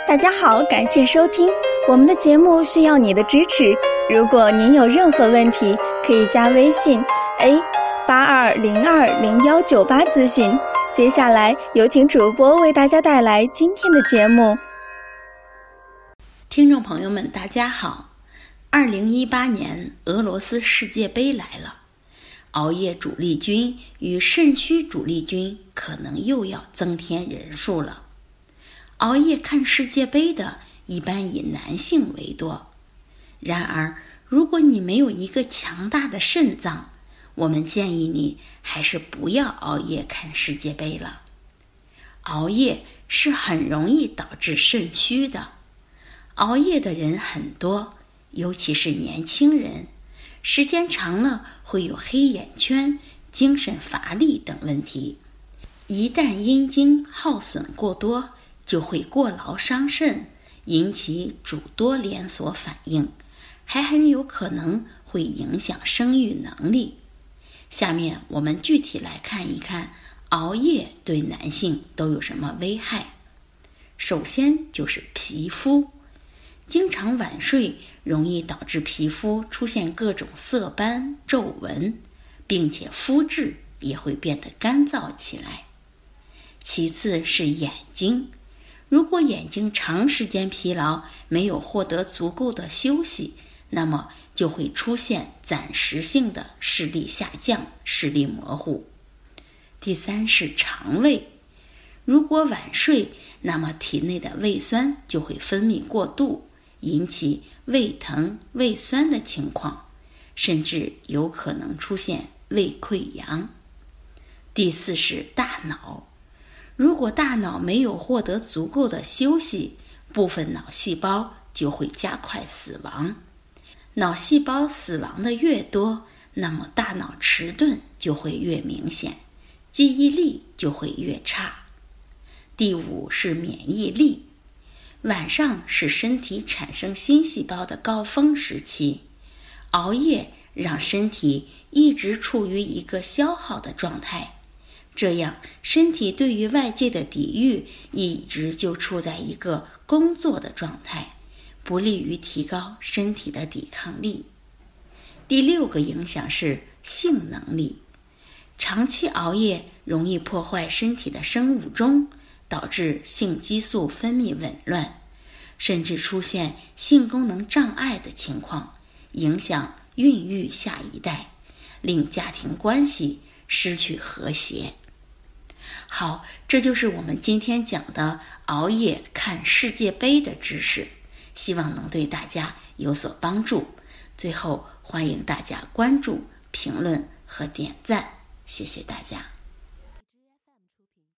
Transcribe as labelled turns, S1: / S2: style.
S1: 大家好，感谢收听我们的节目，需要你的支持。如果您有任何问题，可以加微信 A82020198咨询。接下来有请主播为大家带来今天的节目。
S2: 听众朋友们，大家好。2018年俄罗斯世界杯来了，熬夜主力军与肾虚主力军可能又要增添人数了。熬夜看世界杯的一般以男性为多，然而如果你没有一个强大的肾脏，我们建议你还是不要熬夜看世界杯了。熬夜是很容易导致肾虚的，熬夜的人很多，尤其是年轻人，时间长了会有黑眼圈、精神乏力等问题。一旦阴经耗损过多，就会过劳伤肾，引起诸多连锁反应，还很有可能会影响生育能力。下面我们具体来看一看熬夜对男性都有什么危害。首先就是皮肤，经常晚睡容易导致皮肤出现各种色斑、皱纹，并且肤质也会变得干燥起来。其次是眼睛，如果眼睛长时间疲劳，没有获得足够的休息，那么就会出现暂时性的视力下降、视力模糊。第三是肠胃，如果晚睡，那么体内的胃酸就会分泌过度，引起胃疼、胃酸的情况，甚至有可能出现胃溃疡。第四是大脑，如果大脑没有获得足够的休息，部分脑细胞就会加快死亡。脑细胞死亡的越多，那么大脑迟钝就会越明显，记忆力就会越差。第五是免疫力，晚上是身体产生新细胞的高峰时期，熬夜让身体一直处于一个消耗的状态，这样身体对于外界的抵御一直就处在一个工作的状态，不利于提高身体的抵抗力。第六个影响是性能力，长期熬夜容易破坏身体的生物钟，导致性激素分泌紊乱，甚至出现性功能障碍的情况，影响孕育下一代，令家庭关系失去和谐。好，这就是我们今天讲的熬夜看世界杯的知识，希望能对大家有所帮助。最后，欢迎大家关注、评论和点赞，谢谢大家。